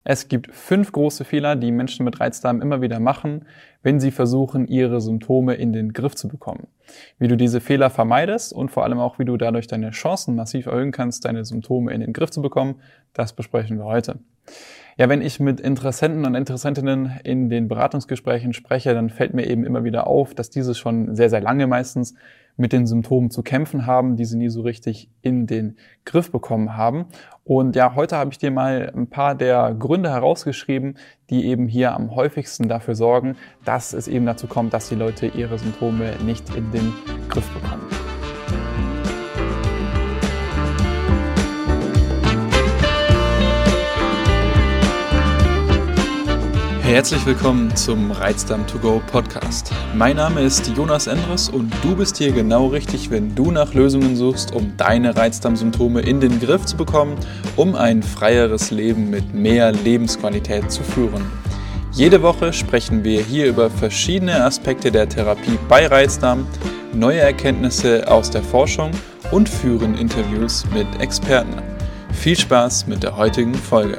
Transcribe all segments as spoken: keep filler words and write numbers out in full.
Es gibt fünf große Fehler, die Menschen mit Reizdarm immer wieder machen, wenn sie versuchen, ihre Symptome in den Griff zu bekommen. Wie du diese Fehler vermeidest und vor allem auch, wie du dadurch deine Chancen massiv erhöhen kannst, deine Symptome in den Griff zu bekommen, das besprechen wir heute. Ja, wenn ich mit Interessenten und Interessentinnen in den Beratungsgesprächen spreche, dann fällt mir eben immer wieder auf, dass diese schon sehr, sehr lange meistens mit den Symptomen zu kämpfen haben, die sie nie so richtig in den Griff bekommen haben. Und ja, heute habe ich dir mal ein paar der Gründe herausgeschrieben, die eben hier am häufigsten dafür sorgen, dass es eben dazu kommt, dass die Leute ihre Symptome nicht in den Griff bekommen. Herzlich willkommen zum Reizdarm to go Podcast. Mein Name ist Jonas Endres und du bist hier genau richtig, wenn du nach Lösungen suchst, um deine Reizdarmsymptome in den Griff zu bekommen, um ein freieres Leben mit mehr Lebensqualität zu führen. Jede Woche sprechen wir hier über verschiedene Aspekte der Therapie bei Reizdarm, neue Erkenntnisse aus der Forschung und führen Interviews mit Experten. Viel Spaß mit der heutigen Folge.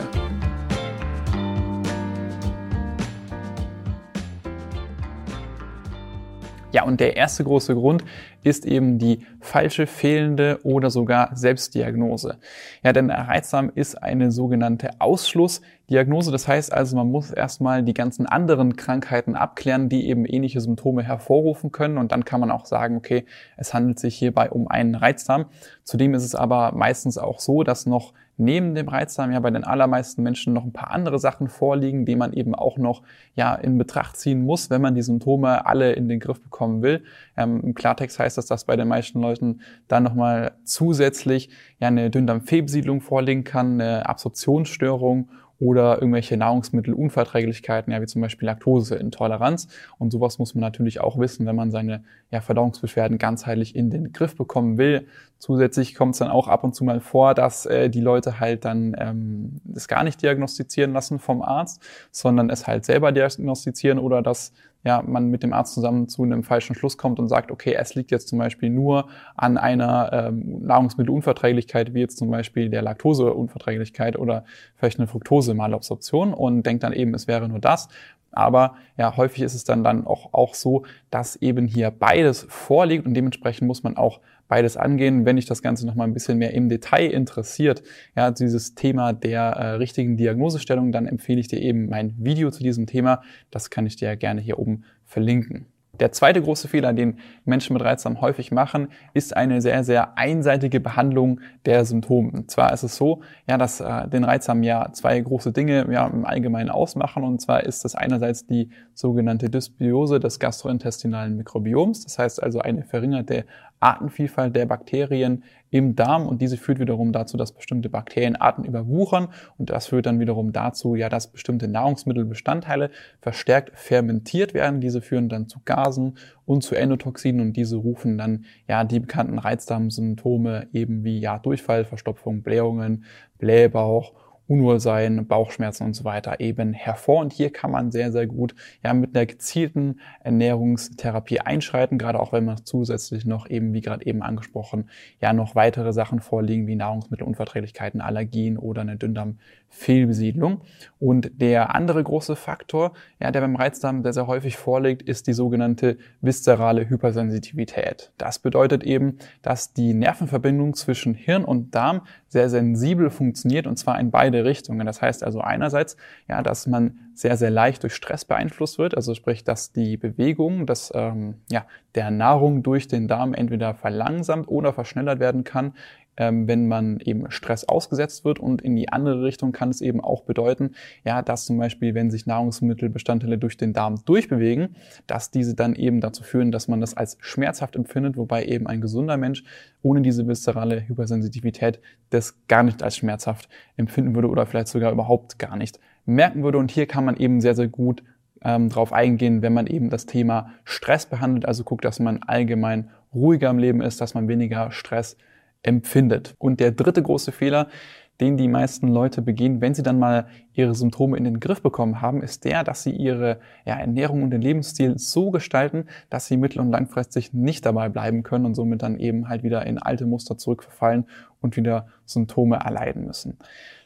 Ja, und der erste große Grund ist eben die falsche, fehlende oder sogar Selbstdiagnose. Ja, denn Reizdarm ist eine sogenannte Ausschlussdiagnose. Das heißt also, man muss erstmal die ganzen anderen Krankheiten abklären, die eben ähnliche Symptome hervorrufen können. Und dann kann man auch sagen, okay, es handelt sich hierbei um einen Reizdarm. Zudem ist es aber meistens auch so, dass noch neben dem Reizdarm ja bei den allermeisten Menschen noch ein paar andere Sachen vorliegen, die man eben auch noch ja in Betracht ziehen muss, wenn man die Symptome alle in den Griff bekommen will. Ähm, Im Klartext heißt das, dass bei den meisten Leuten dann nochmal zusätzlich ja eine Dünndarmfehlbesiedlung vorliegen kann, eine Absorptionsstörung oder irgendwelche Nahrungsmittelunverträglichkeiten, ja, wie zum Beispiel Laktoseintoleranz. Und sowas muss man natürlich auch wissen, wenn man seine ja, Verdauungsbeschwerden ganzheitlich in den Griff bekommen will. Zusätzlich kommt es dann auch ab und zu mal vor, dass äh, die Leute halt dann ähm, das gar nicht diagnostizieren lassen vom Arzt, sondern es halt selber diagnostizieren oder dass ja, man mit dem Arzt zusammen zu einem falschen Schluss kommt und sagt, okay, es liegt jetzt zum Beispiel nur an einer ähm, Nahrungsmittelunverträglichkeit, wie jetzt zum Beispiel der Laktoseunverträglichkeit oder vielleicht eine Fructose-Malabsorption und denkt dann eben, es wäre nur das. Aber ja, häufig ist es dann, dann auch, auch so, dass eben hier beides vorliegt und dementsprechend muss man auch beides angehen. Wenn dich das Ganze noch mal ein bisschen mehr im Detail interessiert, ja, dieses Thema der äh, richtigen Diagnosestellung, dann empfehle ich dir eben mein Video zu diesem Thema. Das kann ich dir gerne hier oben verlinken. Der zweite große Fehler, den Menschen mit Reizdarm häufig machen, ist eine sehr, sehr einseitige Behandlung der Symptome. Und zwar ist es so, ja, dass äh, den Reizdarm ja zwei große Dinge ja, im Allgemeinen ausmachen. Und zwar ist das einerseits die sogenannte Dysbiose des gastrointestinalen Mikrobioms. Das heißt also eine verringerte Artenvielfalt der Bakterien im Darm und diese führt wiederum dazu, dass bestimmte Bakterienarten überwuchern und das führt dann wiederum dazu, ja, dass bestimmte Nahrungsmittelbestandteile verstärkt fermentiert werden. Diese führen dann zu Gasen und zu Endotoxinen und diese rufen dann ja die bekannten Reizdarmsymptome eben wie ja Durchfall, Verstopfung, Blähungen, Blähbauch, Unwohlsein, Bauchschmerzen und so weiter eben hervor. Und hier kann man sehr, sehr gut ja mit einer gezielten Ernährungstherapie einschreiten, gerade auch wenn man zusätzlich noch eben, wie gerade eben angesprochen, ja noch weitere Sachen vorliegen, wie Nahrungsmittelunverträglichkeiten, Allergien oder eine Dünndarmfehlbesiedlung. Und der andere große Faktor, ja, der beim Reizdarm sehr, sehr häufig vorliegt, ist die sogenannte viszerale Hypersensitivität. Das bedeutet eben, dass die Nervenverbindung zwischen Hirn und Darm sehr sensibel funktioniert und zwar in beide Richtungen. Das heißt also einerseits, ja, dass man sehr, sehr leicht durch Stress beeinflusst wird, also sprich, dass die Bewegung dass, ähm, ja, der Nahrung durch den Darm entweder verlangsamt oder verschnellert werden kann, ähm, wenn man eben Stress ausgesetzt wird und in die andere Richtung kann es eben auch bedeuten, ja, dass zum Beispiel, wenn sich Nahrungsmittelbestandteile durch den Darm durchbewegen, dass diese dann eben dazu führen, dass man das als schmerzhaft empfindet, wobei eben ein gesunder Mensch ohne diese viszerale Hypersensitivität das gar nicht als schmerzhaft empfinden würde oder vielleicht sogar überhaupt gar nicht merken würde. Und hier kann man eben sehr, sehr gut ähm, drauf eingehen, wenn man eben das Thema Stress behandelt, also guckt, dass man allgemein ruhiger im Leben ist, dass man weniger Stress empfindet. Und der dritte große Fehler, den die meisten Leute begehen, wenn sie dann mal ihre Symptome in den Griff bekommen haben, ist der, dass sie ihre ja, Ernährung und den Lebensstil so gestalten, dass sie mittel- und langfristig nicht dabei bleiben können und somit dann eben halt wieder in alte Muster zurückverfallen und wieder Symptome erleiden müssen.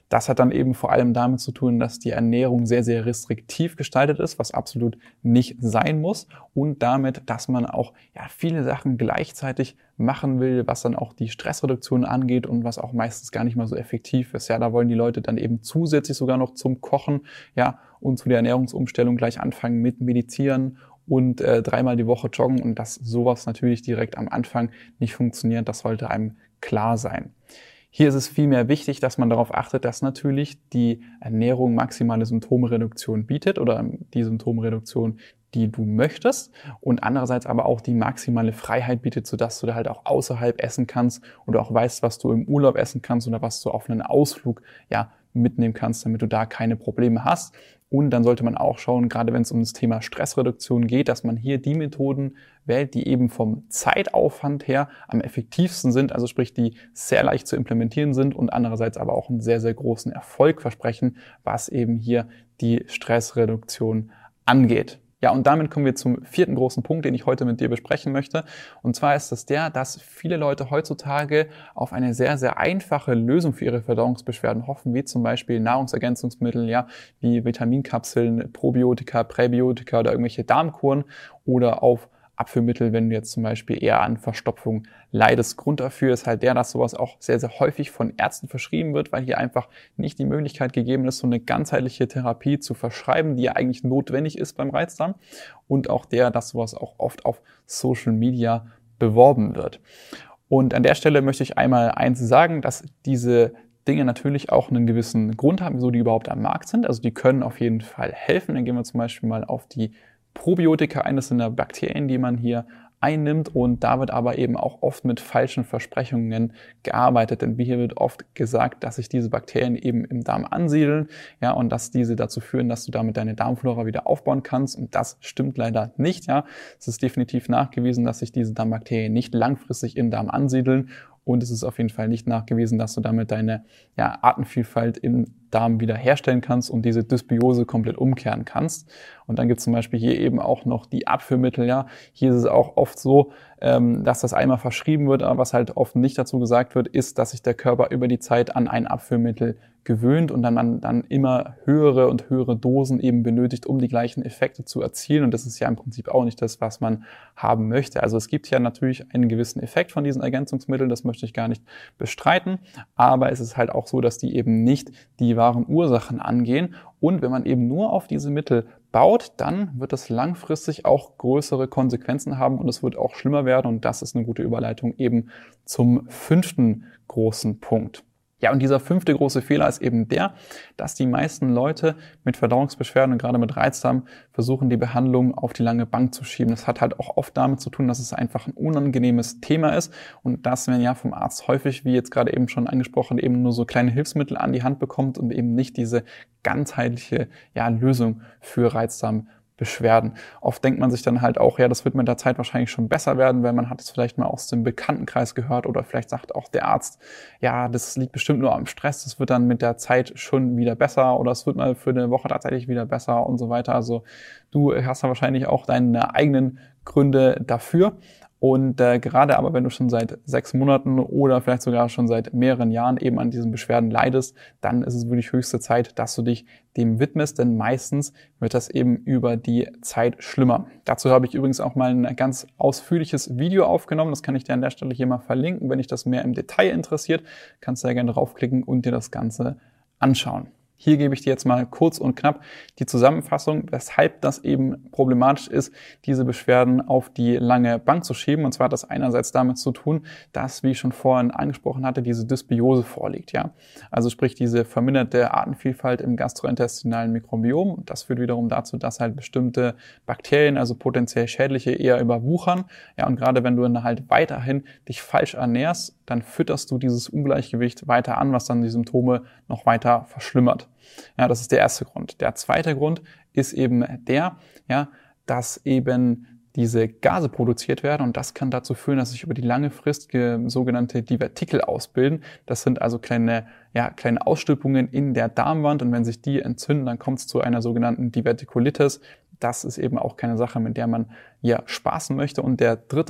Das hat dann eben vor allem damit zu tun, dass die Ernährung sehr, sehr restriktiv gestaltet ist, was absolut nicht sein muss, und damit, dass man auch ja viele Sachen gleichzeitig machen will, was dann auch die Stressreduktion angeht und was auch meistens gar nicht mal so effektiv ist. Ja, da wollen die Leute dann eben zusätzlich sogar noch zum Kochen, ja, und zu der Ernährungsumstellung gleich anfangen mit Meditieren und äh, dreimal die Woche joggen, und dass sowas natürlich direkt am Anfang nicht funktioniert, das sollte einem klar sein. Hier ist es vielmehr wichtig, dass man darauf achtet, dass natürlich die Ernährung maximale Symptomreduktion bietet oder die Symptomreduktion, die du möchtest, und andererseits aber auch die maximale Freiheit bietet, sodass du da halt auch außerhalb essen kannst oder auch weißt, was du im Urlaub essen kannst oder was du auf einen Ausflug ja mitnehmen kannst, damit du da keine Probleme hast. Und dann sollte man auch schauen, gerade wenn es um das Thema Stressreduktion geht, dass man hier die Methoden wählt, die eben vom Zeitaufwand her am effektivsten sind, also sprich, die sehr leicht zu implementieren sind und andererseits aber auch einen sehr, sehr großen Erfolg versprechen, was eben hier die Stressreduktion angeht. Ja, und damit kommen wir zum vierten großen Punkt, den ich heute mit dir besprechen möchte. Und zwar ist es der, dass viele Leute heutzutage auf eine sehr, sehr einfache Lösung für ihre Verdauungsbeschwerden hoffen, wie zum Beispiel Nahrungsergänzungsmittel, ja, wie Vitaminkapseln, Probiotika, Präbiotika oder irgendwelche Darmkuren oder auf Abführmittel, wenn du jetzt zum Beispiel eher an Verstopfung leidest. Grund dafür ist halt der, dass sowas auch sehr, sehr häufig von Ärzten verschrieben wird, weil hier einfach nicht die Möglichkeit gegeben ist, so eine ganzheitliche Therapie zu verschreiben, die ja eigentlich notwendig ist beim Reizdarm, und auch der, dass sowas auch oft auf Social Media beworben wird. Und an der Stelle möchte ich einmal eins sagen, dass diese Dinge natürlich auch einen gewissen Grund haben, wieso die überhaupt am Markt sind. Also die können auf jeden Fall helfen. Dann gehen wir zum Beispiel mal auf die Probiotika ein. Das sind ja Bakterien, die man hier einnimmt, und da wird aber eben auch oft mit falschen Versprechungen gearbeitet, denn hier wird oft gesagt, dass sich diese Bakterien eben im Darm ansiedeln, ja, und dass diese dazu führen, dass du damit deine Darmflora wieder aufbauen kannst, und das stimmt leider nicht, ja. Es ist definitiv nachgewiesen, dass sich diese Darmbakterien nicht langfristig im Darm ansiedeln, und es ist auf jeden Fall nicht nachgewiesen, dass du damit deine ja, Artenvielfalt im Darm wieder herstellen kannst und diese Dysbiose komplett umkehren kannst. Und dann gibt es zum Beispiel hier eben auch noch die Abführmittel. Ja, hier ist es auch oft so, ähm, dass das einmal verschrieben wird, aber was halt oft nicht dazu gesagt wird, ist, dass sich der Körper über die Zeit an ein Abführmittel gewöhnt und dann man dann immer höhere und höhere Dosen eben benötigt, um die gleichen Effekte zu erzielen. Und das ist ja im Prinzip auch nicht das, was man haben möchte. Also es gibt ja natürlich einen gewissen Effekt von diesen Ergänzungsmitteln, das möchte ich gar nicht bestreiten, aber es ist halt auch so, dass die eben nicht die wahren Ursachen angehen. Und wenn man eben nur auf diese Mittel baut, dann wird das langfristig auch größere Konsequenzen haben und es wird auch schlimmer werden. Und das ist eine gute Überleitung eben zum fünften großen Punkt. Ja, und dieser fünfte große Fehler ist eben der, dass die meisten Leute mit Verdauungsbeschwerden und gerade mit Reizdarm versuchen, die Behandlung auf die lange Bank zu schieben. Das hat halt auch oft damit zu tun, dass es einfach ein unangenehmes Thema ist und dass man ja vom Arzt häufig, wie jetzt gerade eben schon angesprochen, eben nur so kleine Hilfsmittel an die Hand bekommt und eben nicht diese ganzheitliche ja, Lösung für Reizdarm Beschwerden. Oft denkt man sich dann halt auch, ja, das wird mit der Zeit wahrscheinlich schon besser werden, weil man hat es vielleicht mal aus dem Bekanntenkreis gehört oder vielleicht sagt auch der Arzt, ja, das liegt bestimmt nur am Stress, das wird dann mit der Zeit schon wieder besser oder es wird mal für eine Woche tatsächlich wieder besser und so weiter. Also du hast da wahrscheinlich auch deine eigenen Gründe dafür. Und äh, gerade aber, wenn du schon seit sechs Monaten oder vielleicht sogar schon seit mehreren Jahren eben an diesen Beschwerden leidest, dann ist es wirklich höchste Zeit, dass du dich dem widmest, denn meistens wird das eben über die Zeit schlimmer. Dazu habe ich übrigens auch mal ein ganz ausführliches Video aufgenommen, das kann ich dir an der Stelle hier mal verlinken. Wenn dich das mehr im Detail interessiert, kannst du ja gerne draufklicken und dir das Ganze anschauen. Hier gebe ich dir jetzt mal kurz und knapp die Zusammenfassung, weshalb das eben problematisch ist, diese Beschwerden auf die lange Bank zu schieben. Und zwar hat das einerseits damit zu tun, dass, wie ich schon vorhin angesprochen hatte, diese Dysbiose vorliegt. Ja, also sprich diese verminderte Artenvielfalt im gastrointestinalen Mikrobiom. Und das führt wiederum dazu, dass halt bestimmte Bakterien, also potenziell schädliche, eher überwuchern. Ja, und gerade wenn du dann halt weiterhin dich falsch ernährst, dann fütterst du dieses Ungleichgewicht weiter an, was dann die Symptome noch weiter verschlimmert. Ja, das ist der erste Grund. Der zweite Grund ist eben der, ja, dass eben diese Gase produziert werden und das kann dazu führen, dass sich über die lange Frist sogenannte Divertikel ausbilden. Das sind also kleine, ja, kleine Ausstülpungen in der Darmwand und wenn sich die entzünden, dann kommt es zu einer sogenannten Divertikulitis. Das ist eben auch keine Sache, mit der man hier spaßen möchte. Und der dritte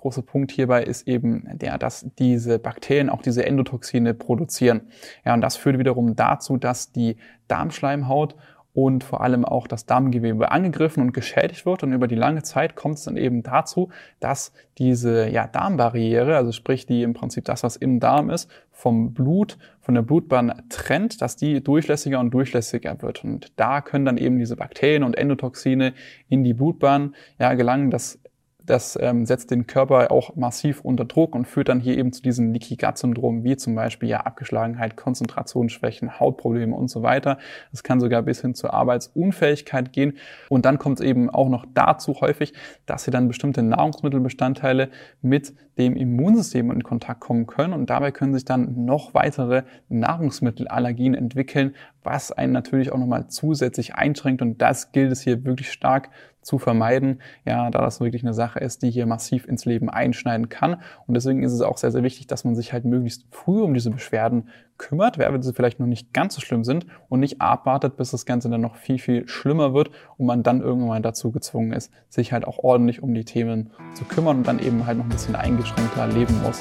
große Punkt hierbei ist eben der, dass diese Bakterien auch diese Endotoxine produzieren. Ja, und das führt wiederum dazu, dass die Darmschleimhaut und vor allem auch das Darmgewebe angegriffen und geschädigt wird. Und über die lange Zeit kommt es dann eben dazu, dass diese ja, Darmbarriere, also sprich die im Prinzip das, was im Darm ist, vom Blut, von der Blutbahn trennt, dass die durchlässiger und durchlässiger wird. Und da können dann eben diese Bakterien und Endotoxine in die Blutbahn ja, gelangen. Das Das ähm, setzt den Körper auch massiv unter Druck und führt dann hier eben zu diesen Leaky-Gut-Syndromen, wie zum Beispiel ja Abgeschlagenheit, Konzentrationsschwächen, Hautprobleme und so weiter. Das kann sogar bis hin zur Arbeitsunfähigkeit gehen. Und dann kommt es eben auch noch dazu häufig, dass hier dann bestimmte Nahrungsmittelbestandteile mit dem Immunsystem in Kontakt kommen können. Und dabei können sich dann noch weitere Nahrungsmittelallergien entwickeln, was einen natürlich auch nochmal zusätzlich einschränkt. Und das gilt es hier wirklich stark zu vermeiden, ja, da das wirklich eine Sache ist, die hier massiv ins Leben einschneiden kann. Und deswegen ist es auch sehr, sehr wichtig, dass man sich halt möglichst früh um diese Beschwerden kümmert, wenn sie vielleicht noch nicht ganz so schlimm sind und nicht abwartet, bis das Ganze dann noch viel, viel schlimmer wird und man dann irgendwann dazu gezwungen ist, sich halt auch ordentlich um die Themen zu kümmern und dann eben halt noch ein bisschen eingeschränkter leben muss.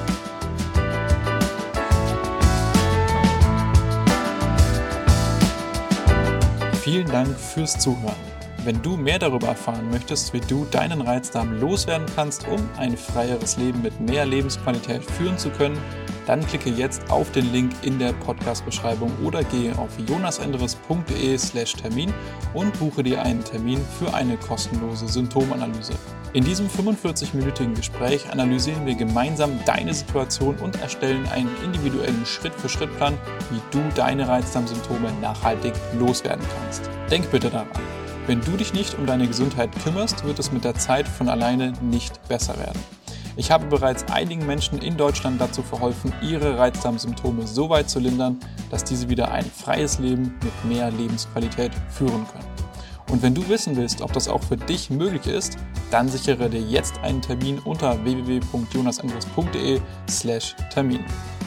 Vielen Dank fürs Zuhören. Wenn du mehr darüber erfahren möchtest, wie du deinen Reizdarm loswerden kannst, um ein freieres Leben mit mehr Lebensqualität führen zu können, dann klicke jetzt auf den Link in der Podcast-Beschreibung oder gehe auf jonasendres.de slash Termin und buche dir einen Termin für eine kostenlose Symptomanalyse. In diesem fünfundvierzig-minütigen Gespräch analysieren wir gemeinsam deine Situation und erstellen einen individuellen Schritt-für-Schritt-Plan, wie du deine Reizdarmsymptome nachhaltig loswerden kannst. Denk bitte daran. Wenn du dich nicht um deine Gesundheit kümmerst, wird es mit der Zeit von alleine nicht besser werden. Ich habe bereits einigen Menschen in Deutschland dazu verholfen, ihre Reizdarmsymptome so weit zu lindern, dass diese wieder ein freies Leben mit mehr Lebensqualität führen können. Und wenn du wissen willst, ob das auch für dich möglich ist, dann sichere dir jetzt einen Termin unter w w w punkt jonasendres punkt de slash Termin.